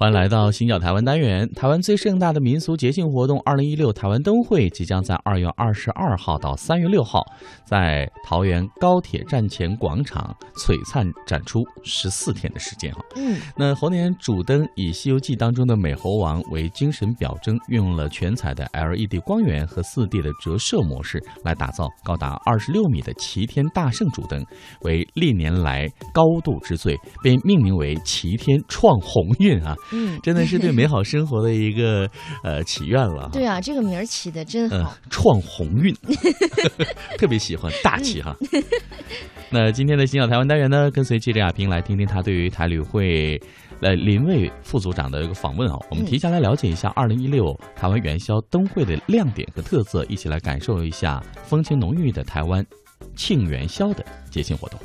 欢迎来到新角台湾单元。台湾最盛大的民俗节庆活动2016台湾灯会即将在2月22号到3月6号在桃园高铁站前广场璀璨展出14天的时间。那猴年主灯以《西游记》当中的美猴王为精神表征，运用了全彩的 LED 光源和4D 的折射模式来打造高达26米的齐天大圣主灯，为历年来高度之最，被命名为齐天创鸿运啊。真的是对美好生活的一个祈愿了。 对啊，这个名儿起的真好， 创鸿运，特别喜欢大气哈。那今天的新角台湾单元呢，跟随记者亚平来听听他对于台旅会林卫副组长的一个访问啊。我们提前来了解一下2016台湾元宵灯会的亮点和特色，一起来感受一下风情浓郁的台湾庆元宵的节庆活动。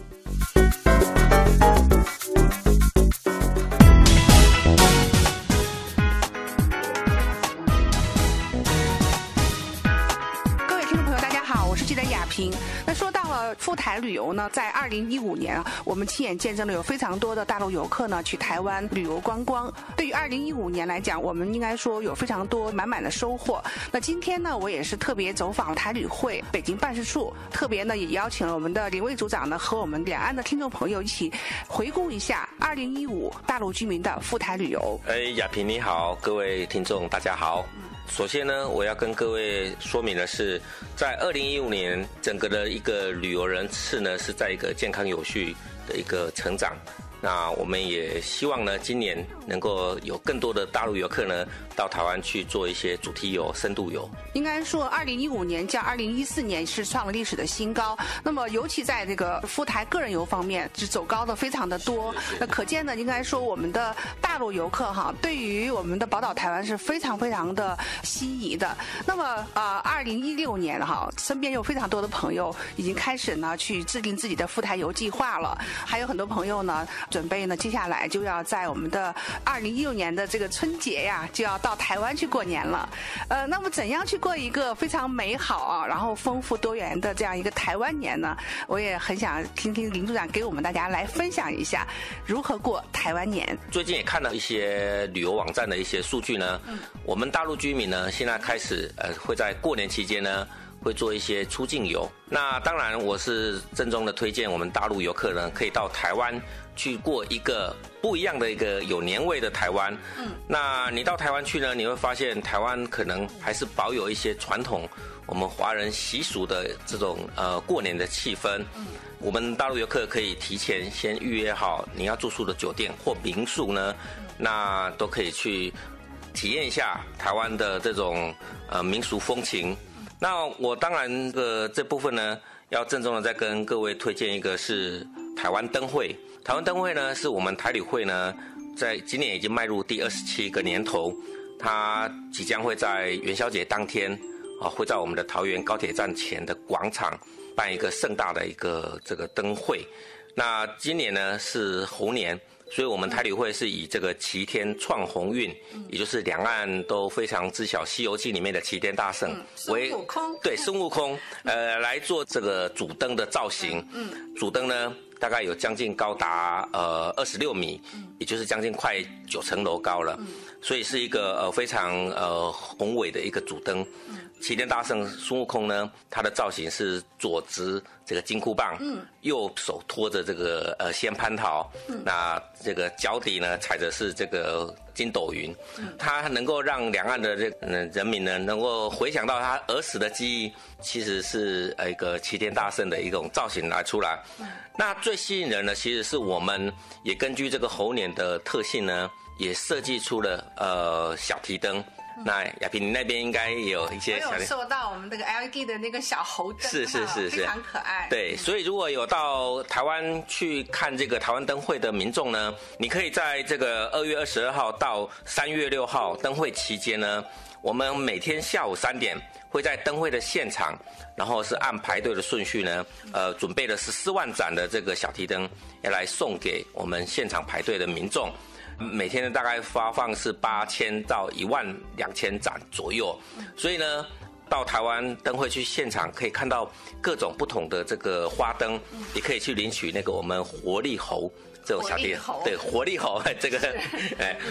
那说到了赴台旅游呢，在2015年我们亲眼见证了有非常多的大陆游客呢去台湾旅游观光。对于2015年来讲，我们应该说有非常多满满的收获。那今天呢，我也是特别走访台旅会北京办事处，特别呢也邀请了我们的林卫组长呢和我们两岸的听众朋友一起回顾一下2015大陆居民的赴台旅游。 亚平你好，各位听众大家好。首先呢，我要跟各位说明的是，在2015年整个的一个旅游人次呢是在一个健康有序的一个成长。那我们也希望呢，今年能够有更多的大陆游客呢到台湾去做一些主题游、深度游。 应该说，2015年较2014年是创了历史的新高。那么，尤其在这个赴台个人游方面，是走高的非常的多。那可见呢，应该说我们的大陆游客对于我们的宝岛台湾是非常非常的心仪的。那么，2016年身边有非常多的朋友已经开始呢去制定自己的赴台游计划了，还有很多朋友呢准备呢接下来就要在我们的2016年的这个春节呀，就要到台湾去过年了。那么怎样去过一个非常美好然后丰富多元的这样一个台湾年呢？我也很想听听林组长给我们大家来分享一下如何过台湾年。 最近也看了一些旅游网站的一些数据呢，我们大陆居民呢现在开始会在过年期间呢会做一些出境游。那当然我是郑重的推荐我们大陆游客呢可以到台湾去过一个不一样的一个有年味的台湾。那你到台湾去呢，你会发现台湾可能还是保有一些传统我们华人习俗的这种过年的气氛。我们大陆游客可以提前先预约好你要住宿的酒店或民宿呢，那都可以去体验一下台湾的这种民俗风情。那我当然这部分呢要郑重的再跟各位推荐一个是台湾灯会。台湾灯会呢是我们台旅会呢在今年已经迈入第27个年头，它即将会在元宵节当天会在我们的桃园高铁站前的广场办一个盛大的一个这个灯会。那今年呢是猴年，所以我们台旅会是以这个齐天创鸿运，也就是两岸都非常知晓《西游记》里面的齐天大圣为孙悟空来做这个主灯的造型。主灯呢大概有将近高达26米，也就是将近快9层楼高了，所以是一个非常宏伟的一个主灯。齐天大圣孙悟空呢，他的造型是左执这个金箍棒，右手托着这个仙蟠桃，那这个脚底呢踩着是这个筋斗云，他能够让两岸的人民呢能够回想到他儿时的记忆，其实是一个齐天大圣的一种造型来出来。那最吸引人的其实是我们也根据这个猴年的特性呢，也设计出了小提灯。那亚萍，你那边应该也有一些小， 我有收到我们这个 LED 的那个小猴灯， 是， 非常可爱。 对，所以如果有到台湾去看这个台湾灯会的民众呢，你可以在这个2月22号到3月6号灯会期间呢，我们每天下午3点会在灯会的现场，然后是按排队的顺序呢，准备了14万盏的这个小提灯，要来送给我们现场排队的民众。每天呢大概发放是8000到12000盏左右，所以呢到台湾灯会去现场可以看到各种不同的这个花灯，也可以去领取那个我们活力猴这种小提，对，活力猴这个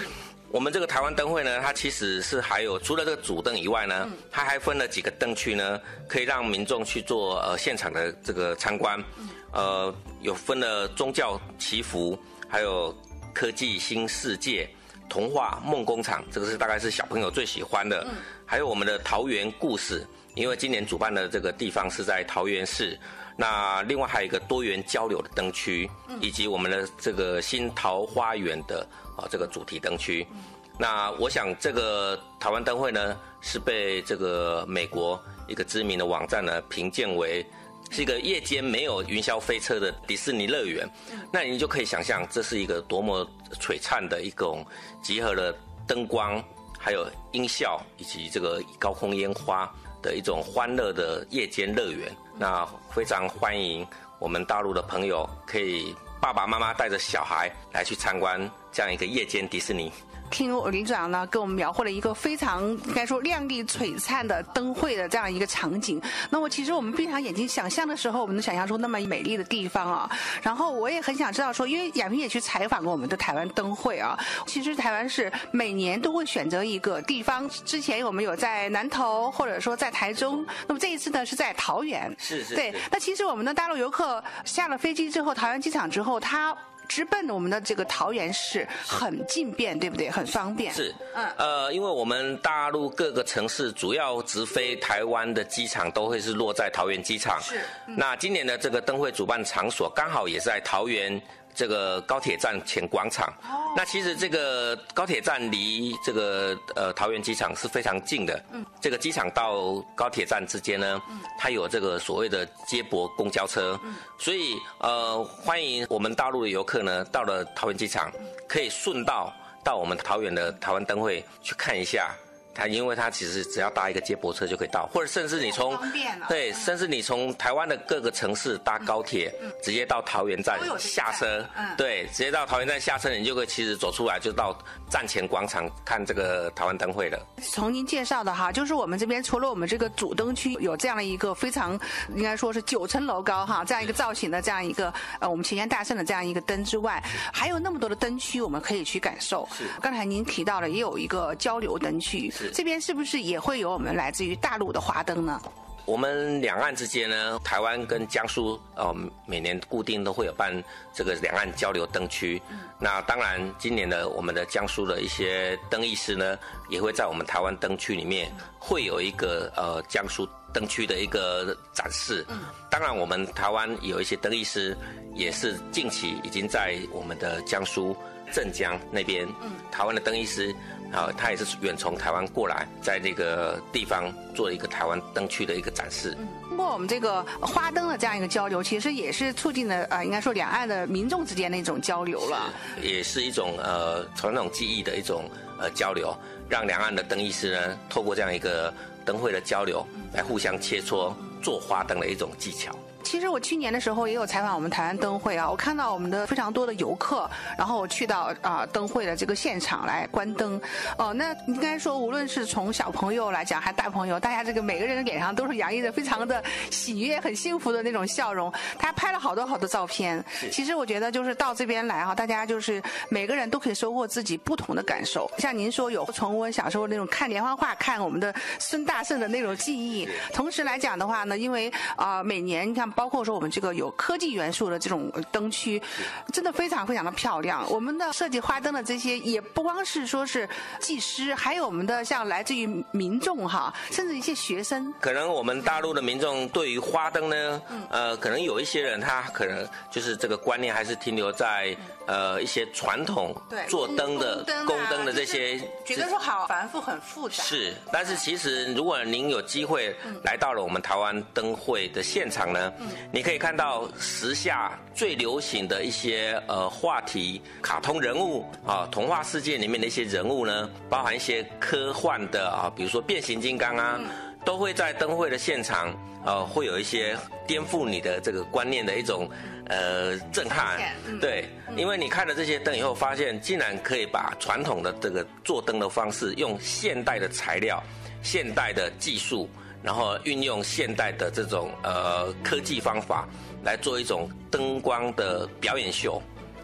我们这个台湾灯会呢，它其实是还有除了这个主灯以外呢，它还分了几个灯区呢，可以让民众去做现场的这个参观。有分了宗教祈福，还有科技新世界、童话梦工厂，这个是大概是小朋友最喜欢的。还有我们的桃园故事，因为今年主办的这个地方是在桃园市。那另外还有一个多元交流的灯区，以及我们的这个新桃花源的这个主题灯区。那我想这个台湾灯会呢，是被这个美国一个知名的网站呢评鉴为是一个夜间没有云霄飞车的迪士尼乐园。那你就可以想象，这是一个多么璀璨的一种集合了灯光、还有音效以及这个高空烟花的一种欢乐的夜间乐园。那非常欢迎我们大陆的朋友，可以爸爸妈妈带着小孩来去参观这样一个夜间迪士尼。 听林组长呢给我们描绘了一个非常应该说亮丽璀璨的灯会的这样一个场景。那么其实我们闭上眼睛想象的时候，我们能想象出那么美丽的地方啊。然后我也很想知道说，因为亚萍也去采访过我们的台湾灯会啊。其实台湾是每年都会选择一个地方，之前我们有在南投或者说在台中，那么这一次呢是在桃园。 是。 对，那其实我们的大陆游客下了飞机之后，桃园机场之后，他直奔我们的这个桃园市很近便，对不对？很方便。 是，因为我们大陆各个城市主要直飞台湾的机场都会是落在桃园机场。 是。 那今年的这个灯会主办场所刚好也是在桃园这个高铁站前广场。那其实这个高铁站离这个桃园机场是非常近的。这个机场到高铁站之间呢，它有这个所谓的接驳公交车。所以欢迎我们大陆的游客呢，到了桃园机场可以顺道到我们桃园的台湾灯会去看一下。因为它其实只要搭一个接驳车就可以到，或者甚至你从对，甚至你从台湾的各个城市搭高铁，直接到桃园站下车，对，直接到桃园站下车，你就可以其实走出来就到站前广场看这个台湾灯会了。 从您介绍的哈，就是我们这边除了我们这个主灯区有这样的一个非常应该说是9层楼高哈这样一个造型的这样一个我们齐天大圣的这样一个灯之外，还有那么多的灯区我们可以去感受。刚才您提到了也有一个交流灯区。这边是不是也会有我们来自于大陆的花灯呢？ 我们两岸之间呢，台湾跟江苏每年固定都会有办这个两岸交流灯区。那当然，今年的我们的江苏的一些灯艺师呢，也会在我们台湾灯区里面会有一个江苏灯区的一个展示。当然，我们台湾有一些灯艺师也是近期已经在我们的江苏镇江那边，台湾的灯艺师。他也是远从台湾过来，在这个地方做一个台湾灯区的一个展示。 通过我们这个花灯的这样一个交流，其实也是促进了应该说两岸的民众之间的一种交流了， 也是一种传统技艺的一种交流，让两岸的灯艺师呢，透过这样一个灯会的交流，来互相切磋做花灯的一种技巧。 其实我去年的时候也有采访我们台湾灯会啊，我看到我们的非常多的游客，然后我去到灯会的这个现场来观灯。那应该说无论是从小朋友来讲还大朋友，大家这个每个人的脸上都是洋溢着非常的喜悦、很幸福的那种笑容。他拍了好多好多照片。其实我觉得就是到这边来大家就是每个人都可以收获自己不同的感受。像您说有重温小时候那种看连环画、看我们的孙大圣的那种记忆。同时来讲的话呢，因为每年你看。包括说我们这个有科技元素的这种灯区，真的非常非常的漂亮。我们的设计花灯的这些也不光是说是技师，还有我们的像来自于民众哈，甚至一些学生。 可能我们大陆的民众对于花灯呢，可能有一些人他可能就是这个观念还是停留在一些传统做灯的宫灯的这些， 觉得说好繁复很复杂。 是，但是其实如果您有机会来到了我们台湾灯会的现场呢，你可以看到时下最流行的一些话题、卡通人物童话世界里面的一些人物呢，包含一些科幻的比如说变形金刚啊，都会在灯会的现场会有一些颠覆你的这个观念的一种震撼。对，因为你看了这些灯以后，发现竟然可以把传统的这个做灯的方式，用现代的材料、现代的技术。然后运用现代的这种科技方法来做一种灯光的表演秀，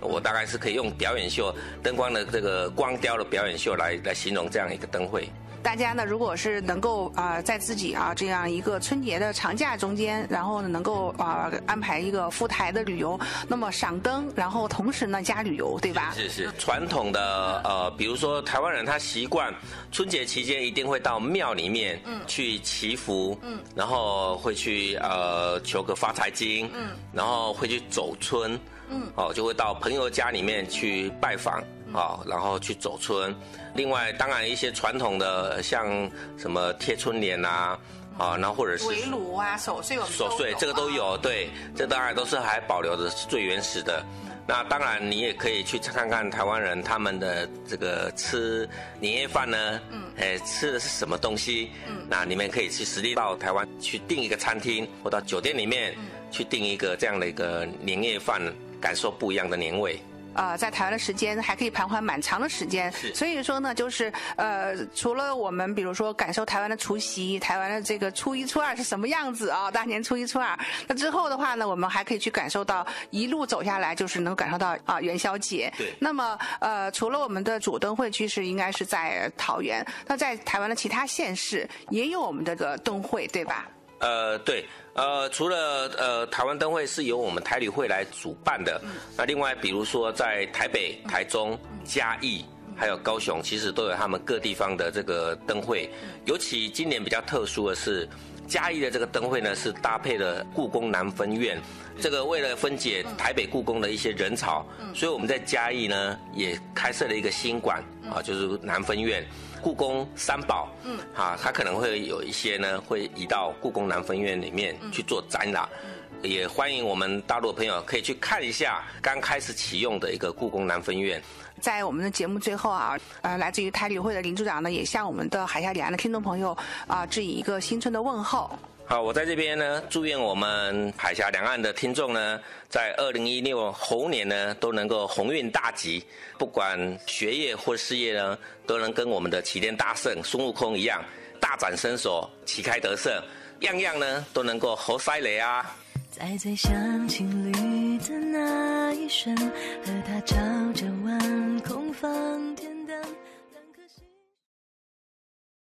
我大概是可以用表演秀、灯光的这个光雕的表演秀来形容这样一个灯会。 大家呢，如果是能够在自己这样一个春节的长假中间，然后呢能够安排一个赴台的旅游，那么赏灯，然后同时呢加旅游，对吧？ 是传统的比如说台湾人他习惯春节期间一定会到庙里面去祈福，然后会去求个发财金，然后会去走春，就会到朋友家里面去拜访。然后去走春，另外当然一些传统的像什么贴春联啊，然后或者是围炉啊、守岁， 这个都有，对，这当然都是还保留的是最原始的。那当然你也可以去看看台湾人他们的这个吃年夜饭呢，吃的是什么东西，那你们可以去实地到台湾去订一个餐厅，或到酒店里面去订一个这样的一个年夜饭，感受不一样的年味。 在台湾的时间还可以盘桓蛮长的时间，所以说呢，就是除了我们比如说感受台湾的除夕、台湾的这个初一、初二是什么样子啊，大年初一、初二，那之后的话呢，我们还可以去感受到一路走下来，就是能感受到元宵节。 对。 那么除了我们的主灯会区是应该是在桃园，那在台湾的其他县市也有我们这个灯会，对吧？ 对，除了台湾灯会是由我们台旅会来主办的，那另外比如说在台北、台中、嘉义还有高雄，其实都有他们各地方的这个灯会。尤其今年比较特殊的是，嘉义的这个灯会呢是搭配了故宫南分院，这个为了分解台北故宫的一些人潮，所以我们在嘉义呢也开设了一个新馆就是南分院。故宫三宝，它可能会有一些呢，会移到故宫南分院里面去做展览，也欢迎我们大陆的朋友可以去看一下刚开始启用的一个故宫南分院。 在我们的节目最后来自于台旅会的林处长呢，也向我们的海峡两岸的听众朋友致以一个新春的问候。 好，我在这边呢，祝愿我们海峡两岸的听众呢，在2016猴年呢，都能够鸿运大吉，不管学业或事业呢，都能跟我们的齐天大圣孙悟空一样，大展身手，旗开得胜，样样呢都能够猴塞雷啊！ 在最像情侣的那一瞬，和他朝着晚空放天。